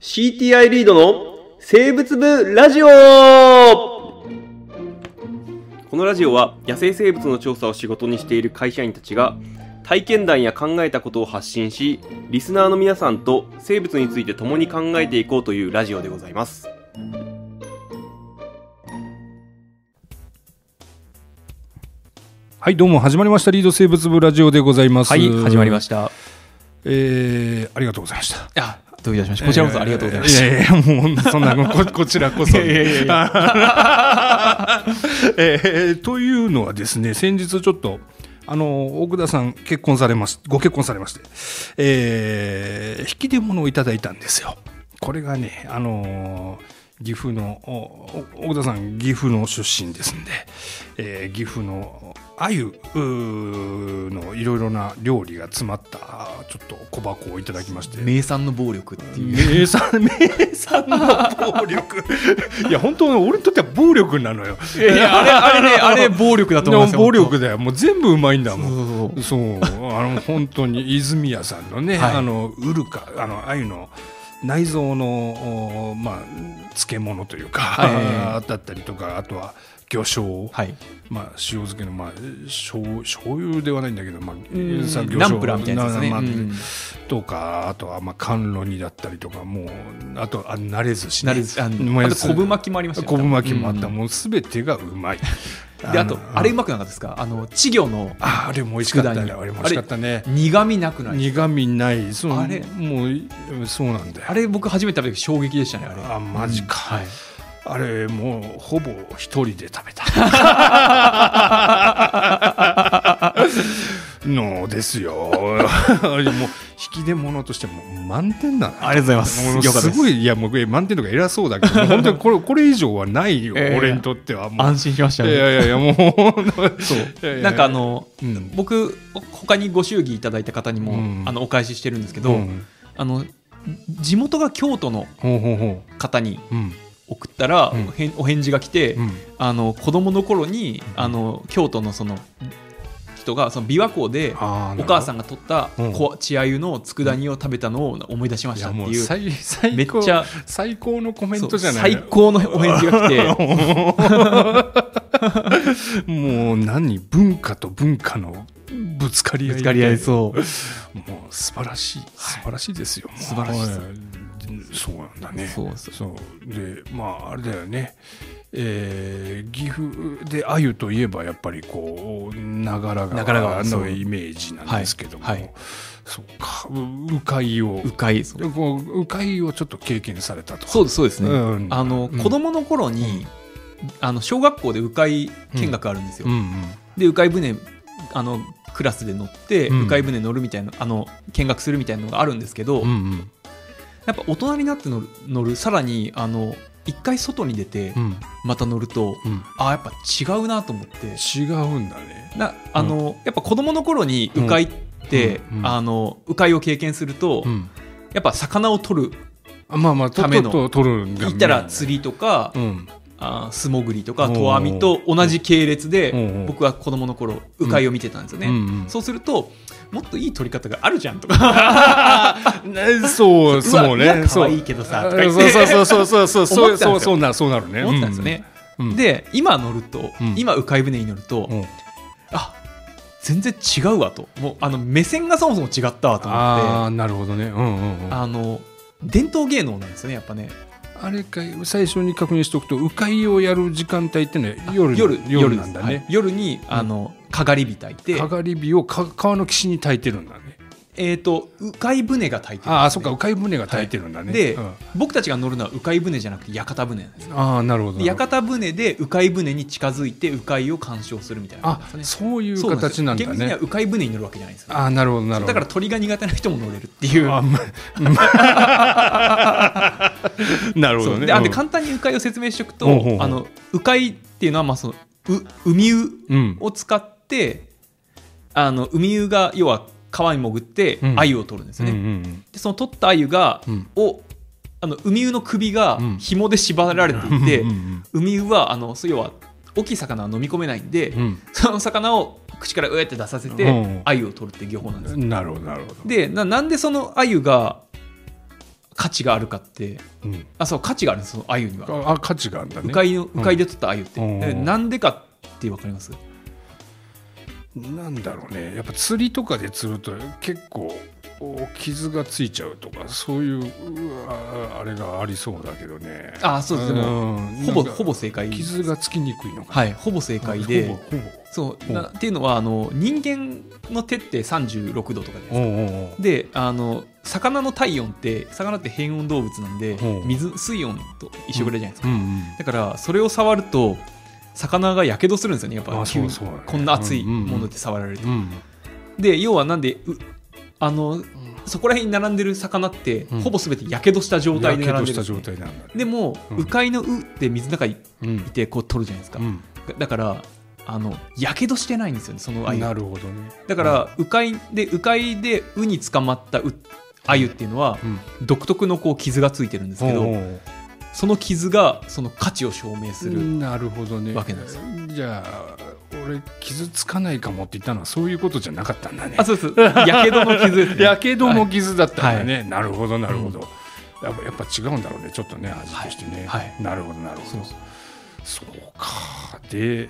CTI リードの生物部ラジオ。このラジオは野生生物の調査を仕事にしている会社員たちが体験談や考えたことを発信し、リスナーの皆さんと生物について共に考えていこうというラジオでございます。 はい、どうも始まりました。リード生物部ラジオでございます。 はい、始まりました。 ありがとうございました。 どういたしまして、こちらこそありがとうございました。 もうそんなこちらこそ。というのはですね、先日ちょっと奥田さんご結婚されまして、引き出物をいただいたんですよ。これがね、岐阜の奥田さん岐阜の出身ですんで、岐阜の鮎のいろいろな料理が詰まったちょっと小箱をいただきまして、 名産の暴力っていう名産の暴力いや本当に俺にとっては暴力なのよ。 あれ暴力だと思いますよ。 暴力だよ。もう全部うまいんだもん。そう本当に泉屋さんのね、 はい、 ウルカ鮎の内臓の、漬物というか、だったりとか、あとは魚醤、塩漬けの、醤油ではないんだけど、魚醤ナンプラーみたいなやつですね、 とか、あとは甘露煮だったりとか、もうあと慣れ寿司、ね、 あと昆布巻きもありましたね。 昆布巻きもあった、もうすべてがうまい。 であとあれうまくなかったですか、稚魚のあれも美味しかったね。あれも美味しかったね。 苦味なくない？ 苦味ない。 あれもうそうなんだよ。 あれ僕初めて食べた時衝撃でしたね。あれマジか、あれもうほぼ一人で食べたのですよ。もう引き出物としても満点だな。 ありがとうございます。 すごい。いやもう満点とか偉そうだけど本当にこれ以上はないよ、俺にとっては。もう安心しましたね。 いやもうそうなんか僕他にご祝儀いただいた方にも、お返ししてるんですけど、地元が京都の方に送ったら、お返事が来て、子供の頃に京都のその人がその琵琶湖でお母さんが取った稚鮎の佃煮を食べたのを思い出しましたっていう、めっちゃ最高のコメントじゃない。 最高のお返事が来てもう文化と文化のぶつかり合い。 そうもう素晴らしいですよ。 素晴らしい。 そうなんだね。 そうであれだよね。岐阜で鮎といえばやっぱりこう長良川のイメージなんですけども、そうか、鵜飼をちょっと経験されたと。 そうですね、子供の頃に小学校で鵜飼見学あるんですよ、で鵜飼船クラスで乗って鵜飼船乗るみたいな見学するみたいなのがあるんですけど、やっぱ大人になって乗る、さらに一回外に出てまた乗ると、やっぱ違うなと思って。 違うんだね。 やっぱ子供の頃に鵜飼って鵜飼を経験すると、やっぱ魚を取るための言ったら釣りとか素潜りとか投網と同じ系列で僕は子供の頃鵜飼を見てたんですよね。そうするともっといい撮り方があるじゃんとかそうね。 可愛いけどさとか言ってそうなるね。 思ったんですよね。で今乗ると、今鵜飼船に乗ると、全然違うわと。もう目線がそもそも違ったわと思って。 なるほどね。 伝統芸能なんですよね、やっぱね。 あれか最初に確認しておくと、鵜飼をやる時間帯ってのは夜なんだね。 夜にかがり火炊いて、 かがり火を川の岸に炊いてるんだね。 鵜飼船が炊いてるんですね。 そっか、鵜飼船が炊いてるんだね。 で、僕たちが乗るのは鵜飼船じゃなくて屋形船なんですよ。 なるほど。 屋形船で鵜飼船に近づいて鵜飼を鑑賞するみたいな、 そういう形なんだね。 厳密には鵜飼船に乗るわけじゃないですか。 なるほどなるほど。 だから鳥が苦手な人も乗れるっていう。 なるほどね。 で簡単に鵜飼を説明しておくと、鵜飼っていうのは海鵜を使って、海鵜が要は川に潜って鮎を取るんですよね。でその取った鮎海鵜の首が紐で縛られていて、海鵜は要は大きい魚は飲み込めないんで、その魚を口からって出させて鮎を取るっていう漁法なんですよ。 なるほどなるほど。 でなんでその鮎が価値があるかって、そう価値があるんです、その鮎には。 価値があるんだね。 鵜飼で取った鮎って、なんでかって分かります？ なんだろうね、やっぱ釣りとかで釣ると結構傷がついちゃうとか、そういうあれがありそうだけどね。 そうです。でもほぼ正解。 傷がつきにくいのかな。 はい、ほぼ正解で、そうっていうのは人間の手って36度とかじゃないですか。で魚の体温って魚って変温動物なんで水温と一緒ぐらいじゃないですか。だからそれを触ると魚がやけどするんですよね、やっぱこんな熱いもので触られると。で要はなんでそこら辺に並んでる魚ってほぼ全てやけどした状態で並んでるんですね。でも鵜飼の鵜って水の中にいてこう取るじゃないですか。だからやけどしてないんですよね、その鮎。 なるほどね。 だから鵜飼で鵜に捕まった鮎っていうのは独特のこう傷がついてるんですけど、その傷がその価値を証明するわけなんです。 じゃあ俺傷つかないかもって言ったのはそういうことじゃなかったんだね。 そうです。やけどの傷ですね。 やけどの傷だったんだね。なるほどなるほど。やっぱ違うんだろうね、ちょっとね、味としてね。なるほどなるほど。そうか。で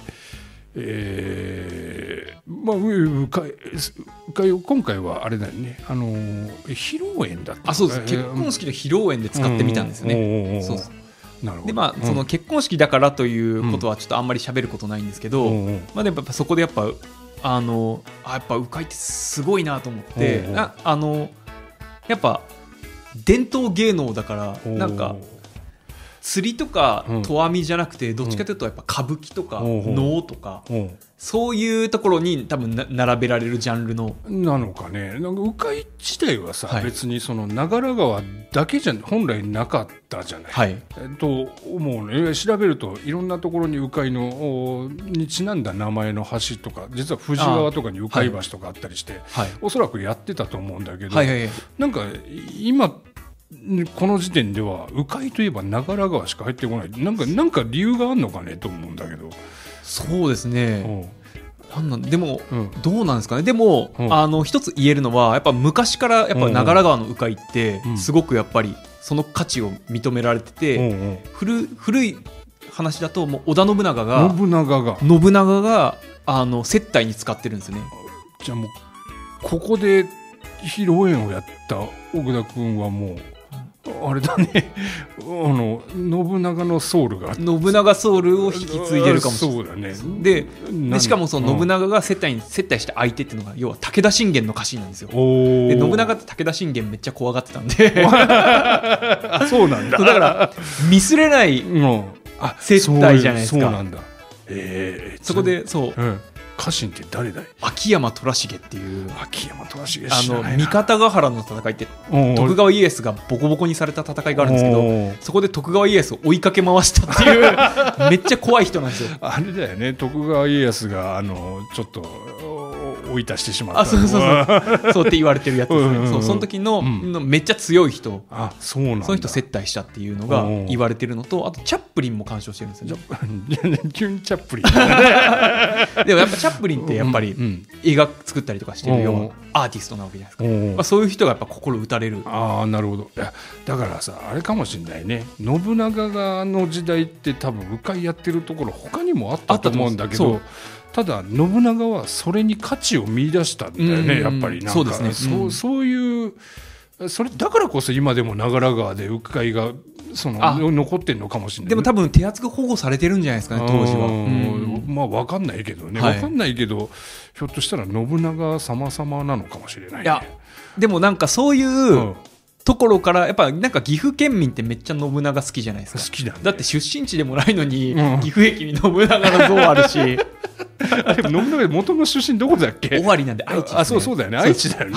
鵜飼今回はあれだよね、披露宴だった。 そうです。結婚式の披露宴で使ってみたんですよね。そうそう。でその結婚式だからということはちょっとあんまり喋ることないんですけど、でもやっぱそこでやっぱやっぱ鵜飼ってすごいなと思って、やっぱ伝統芸能だからなんか釣りとか投網じゃなくてどっちかというとやっぱ歌舞伎とか能とかそういうところに多分並べられるジャンルのなのかね。なんか鵜飼自体はさ、別にその長良川だけじゃ本来なかったじゃない、と思うね。調べるといろんなところに鵜飼にちなんだ名前の橋とか、実は富士川とかに鵜飼橋とかあったりして、おそらくやってたと思うんだけど、なんか今この時点では鵜飼といえば長良川しか入ってこない。なんか理由があるのかねと思うんだけど。 そうですね。でも、どうなんですかね。でも、一つ言えるのはやっぱ昔からやっぱ長良川の鵜飼ってすごくやっぱりその価値を認められてて、古い話だともう織田信長が接待に使ってるんですよね。 じゃあもうここで披露宴をやった奥田君はもうあれだね、信長のソウルが信長ソウルを引き継いでるかもしれない。 そうだね。 でしかもその信長が接待した相手っていうのが要は武田信玄の家臣なんですよ。で信長って武田信玄めっちゃ怖がってたんでそうなんだ。 だからミスれない接待じゃないですか。 そうなんだ。 そこでそう、 家臣って誰だい？ 秋山虎重っていう秋山虎重知らないな。 三方ヶ原の戦いって徳川家康がボコボコにされた戦いがあるんですけど、そこで徳川家康を追いかけ回したっていうめっちゃ怖い人なんですよ。 あれだよね、徳川家康がちょっと追い出してしまった。 そうって言われてるやつですね。その時のめっちゃ強い人、その人接待したっていうのが言われてるのと、あとチャップリンも鑑賞してるんですよね。 急にチャップリンでもやっぱチャップリンってやっぱり映画作ったりとかしてるようなアーティストなわけじゃないですか。そういう人がやっぱ心打たれる。 なるほど。いやだからさ、あれかもしれないね、信長がの時代って多分鵜飼やってるところ他にもあったと思うんだけど、ただ信長はそれに価値を見出したんだよね、やっぱり。なんかそうですね、そういうそれだからこそ今でも長良川で鵜飼が残ってるのかもしれない、ね。 でも多分手厚く保護されてるんじゃないですかね、当時は。 まあ分かんないけどね、分かんないけど、ひょっとしたら信長様々なのかもしれない、ね。いやでもなんかそういうところからやっぱなんか岐阜県民ってめっちゃ信長好きじゃないですか。 好きだね。 だって出身地でもないのに、岐阜駅に信長の像あるしあれ信長元の出身どこだっけ？ 尾張なんで愛知ですね。 そうだよね、愛知だよね。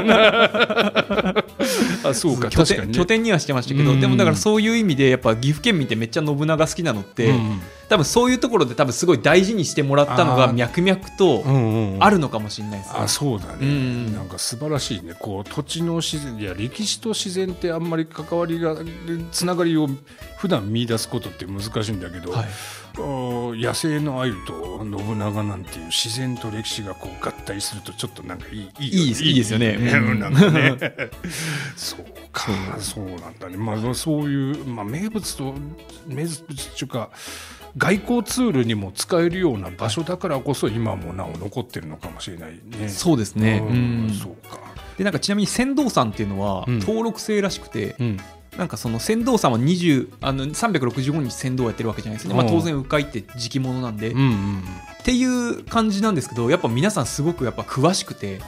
そうか、確かにね。 拠点にはしてましたけど、でもだからそういう意味でやっぱ岐阜県民ってめっちゃ信長好きなのって、 多分そういうところで多分すごい大事にしてもらったのが脈々とあるのかもしれないですね。 そうだね、なんか素晴らしいね。こう土地の自然、いや歴史と自然ってあんまり関わりがつながりを普段見出すことって難しいんだけど、野生の鮎と信長なんていう自然と歴史がこう合体するとちょっとなんかいいですよね。なんかねそうか、そうなんだね。まあそういう、名物っていうか外交ツールにも使えるような場所だからこそ今もなお残ってるのかもしれないね。 そうですね。 そうか。 でなんかちなみに船頭さんっていうのは登録制らしくて、なんかその船頭さんは365日船頭をやってるわけじゃないですね。当然鵜飼って時期物なんで、っていう感じなんですけど、やっぱ皆さんすごくやっぱ詳しくて、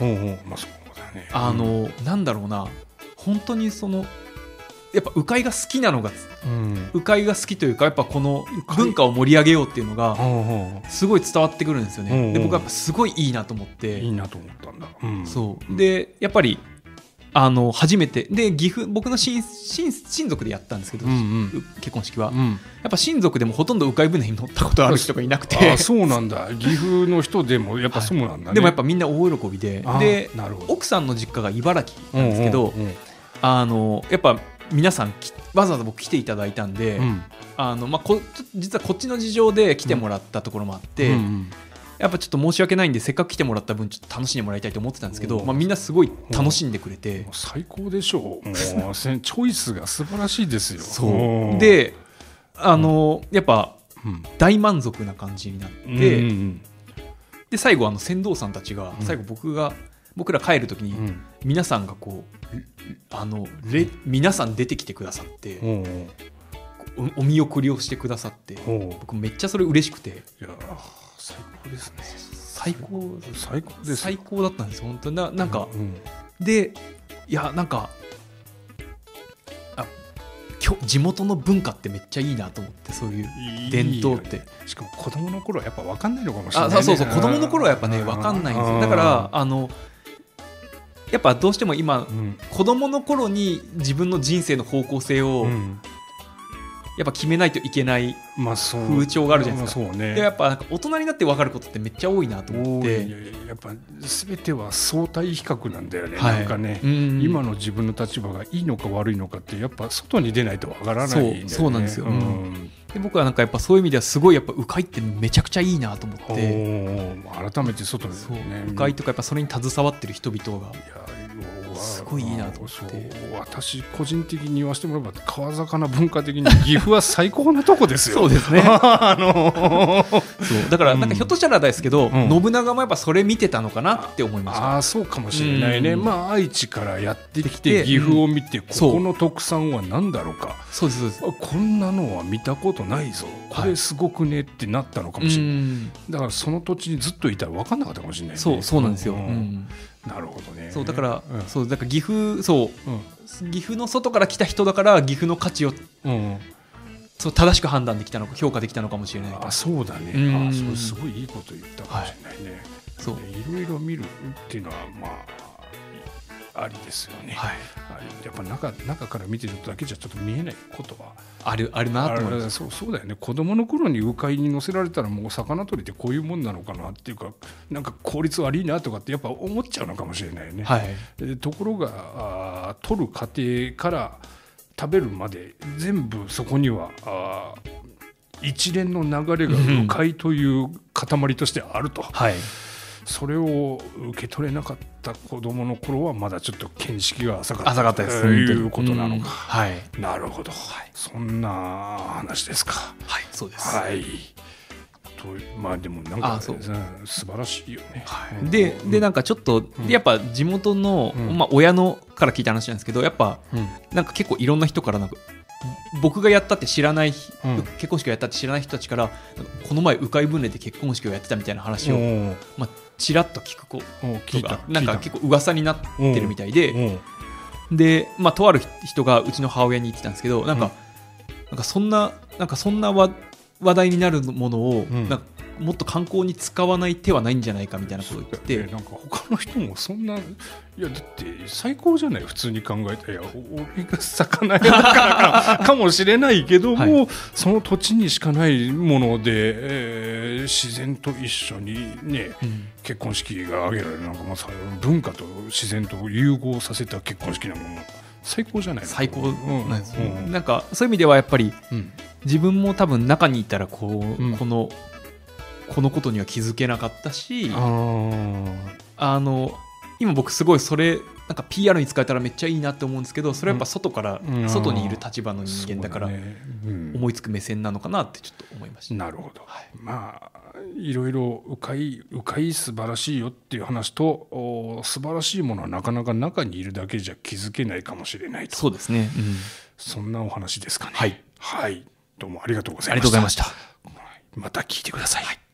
なんだろうな、本当にそのやっぱ鵜飼が好きなのが、鵜飼が好きというか、やっぱこの文化を盛り上げようっていうのがすごい伝わってくるんですよね。で僕はやっぱすごいいいなと思って、 いいなと思ったんだ。 そうでやっぱり初めてで僕の親族でやったんですけど、結婚式は、やっぱ親族でもほとんど鵜飼船に乗ったことある人がいなくて。 そうなんだ。岐阜の人でもやっぱそうなんだね。 でもやっぱみんな大喜びで、奥さんの実家が茨城なんですけど、やっぱ皆さんわざわざ僕来ていただいたんで、実はこっちの事情で来てもらったところもあって、やっぱちょっと申し訳ないんで、せっかく来てもらった分ちょっと楽しんでもらいたいと思ってたんですけど、みんなすごい楽しんでくれて、 最高でしょう。もうチョイスが素晴らしいですよ。 そうでやっぱ大満足な感じになって、で最後船頭さんたちが最後僕ら帰るときに皆さんがこう皆さん出てきてくださって、お見送りをしてくださって、僕めっちゃそれ嬉しくて。 いや最高ですね。 最高です。最高だったんです本当に。なんか、でいやなんか地元の文化ってめっちゃいいなと思って、そういう伝統って。 しかも子供の頃はやっぱ分かんないのかもしれないね。 そう子供の頃はやっぱね分かんないんですよ。だからやっぱどうしても今、子供の頃に自分の人生の方向性を、やっぱ決めないといけない風潮があるじゃないですか。でやっぱなんか大人になって分かることってめっちゃ多いなと思って。 やっぱ全ては相対比較なんだよね。なんかね、今の自分の立場がいいのか悪いのかってやっぱ外に出ないと分からないんだよね。 そうなんですよ。で僕はなんかやっぱそういう意味ではすごいやっぱ鵜飼ってめちゃくちゃいいなと思って、 改めて外でね、鵜飼とかやっぱそれに携わってる人々がすごいいいなと思って。 私個人的に言わせてもらえば川魚文化的に岐阜は最高なとこですよ。 そうですね。そうだからなんかひょっとしたらですけど、信長もやっぱそれ見てたのかなって思いました。 そうかもしれないね。愛知からやってきて岐阜を見て、ここの特産は何だろうか、 そうですこんなのは見たことないぞ、これすごくねってなったのかもしれない。だからその土地にずっといたら分かんなかったかもしれないね。 そうなんですよ。 なるほどね。 そうだから、だから岐阜岐阜の外から来た人だから岐阜の価値を、正しく判断できたのか評価できたのかもしれない。 そうだね。それすごいいいこと言ったかもしれないね。 そういろいろ見るっていうのはありですよね。やっぱ中から見てるだけじゃちょっと見えないことはあるなと思います。 そうだよね。子供の頃に鵜飼に乗せられたらもう魚取りってこういうもんなのかなっていうか、なんか効率悪いなとかってやっぱ思っちゃうのかもしれないよね。ところが取る過程から食べるまで全部そこには一連の流れが鵜飼という塊としてあると。それを受け取れなかった子供の頃はまだちょっと見識が浅かったですということなのか。なるほど。そんな話ですか。 そうです。 でもなんか素晴らしいよね。 でなんかちょっとやっぱ地元の親のから聞いた話なんですけど、やっぱなんか結構いろんな人からなんか僕がやったって知らない、結婚式をやったって知らない人たちから、この前鵜飼船で結婚式をやってたみたいな話をちらっと聞くことがなんか結構噂になってるみたいで、とある人がうちの母親に言ってたんですけど、なんかそんな話題になるものをなんかもっと観光に使わない手はないんじゃないかみたいなことを言ってて、 なんか他の人もそんな、いやだって最高じゃない、普通に考えて、いや俺が魚屋だからかもしれないけども、はい、その土地にしかないもので、自然と一緒にね、結婚式が挙げられる、なんかまあ文化と自然と融合させた結婚式なんかも最高じゃないですか。 最高なんですよ、なんかそういう意味ではやっぱり、自分も多分中にいたらこのことには気づけなかったし、今僕すごいそれなんか PR に使えたらめっちゃいいなって思うんですけど、それはやっぱ外から、外にいる立場の人間だから思いつく目線なのかなってちょっと思いました。 なるほど、はい、まあいろいろうかい素晴らしいよっていう話と、素晴らしいものはなかなか中にいるだけじゃ気づけないかもしれないと。 そうですね、 そんなお話ですかね。 はい、 はい、どうもありがとうございました。 ありがとうございました。 また聞いてください。はい。